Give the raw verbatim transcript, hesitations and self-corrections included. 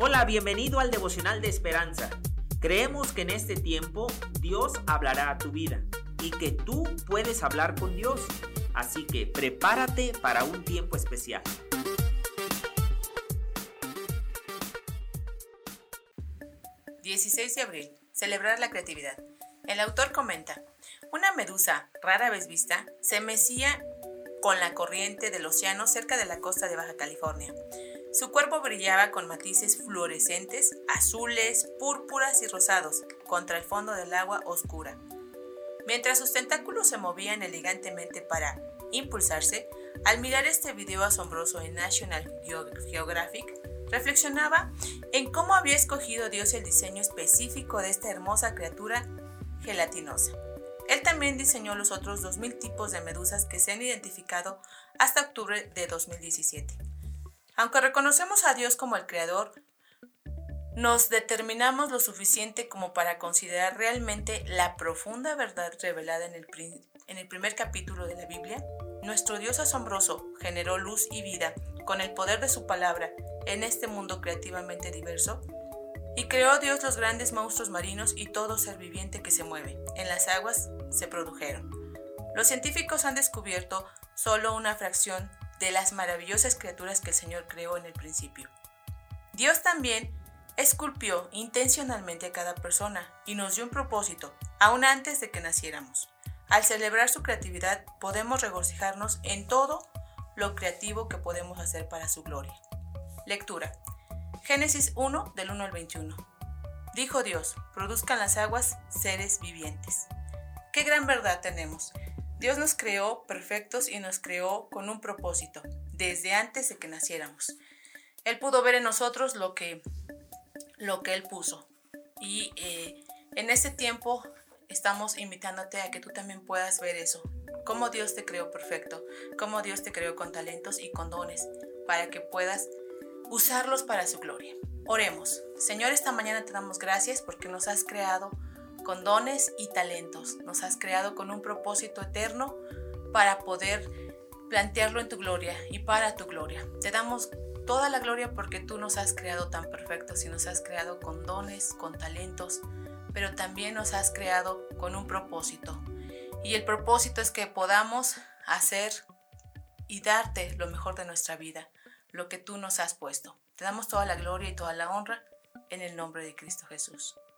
Hola, bienvenido al Devocional de Esperanza. Creemos que en este tiempo Dios hablará a tu vida y que tú puedes hablar con Dios. Así que prepárate para un tiempo especial. dieciséis de abril. Celebrar la creatividad. El autor comenta: una medusa rara vez vista se mecía con la corriente del océano cerca de la costa de Baja California. Su cuerpo brillaba con matices fluorescentes, azules, púrpuras y rosados, contra el fondo del agua oscura. Mientras sus tentáculos se movían elegantemente para impulsarse, al mirar este video asombroso en National Geographic, reflexionaba en cómo había escogido Dios el diseño específico de esta hermosa criatura gelatinosa. Él también diseñó los otros dos mil tipos de medusas que se han identificado hasta octubre de dos mil diecisiete. Aunque reconocemos a Dios como el creador, nos determinamos lo suficiente como para considerar realmente la profunda verdad revelada en el, en el primer capítulo de la Biblia. Nuestro Dios asombroso generó luz y vida con el poder de su palabra en este mundo creativamente diverso, y creó Dios los grandes monstruos marinos y todo ser viviente que se mueve. En las aguas se produjeron. Los científicos han descubierto solo una fracción de las maravillosas criaturas que el Señor creó en el principio. Dios también esculpió intencionalmente a cada persona y nos dio un propósito, aún antes de que naciéramos. Al celebrar su creatividad, podemos regocijarnos en todo lo creativo que podemos hacer para su gloria. Lectura. Génesis uno, del uno al veintiuno. Dijo Dios: produzcan las aguas seres vivientes. ¡Qué gran verdad tenemos! Dios nos creó perfectos y nos creó con un propósito, desde antes de que naciéramos. Él pudo ver en nosotros lo que, lo que Él puso. Y eh, en este tiempo estamos invitándote a que tú también puedas ver eso. Cómo Dios te creó perfecto, cómo Dios te creó con talentos y con dones, para que puedas usarlos para su gloria. Oremos. Señor, esta mañana te damos gracias porque nos has creado con dones y talentos. Nos has creado con un propósito eterno para poder plantearlo en tu gloria y para tu gloria. Te damos toda la gloria porque tú nos has creado tan perfectos y nos has creado con dones, con talentos, pero también nos has creado con un propósito. Y el propósito es que podamos hacer y darte lo mejor de nuestra vida, lo que tú nos has puesto. Te damos toda la gloria y toda la honra en el nombre de Cristo Jesús.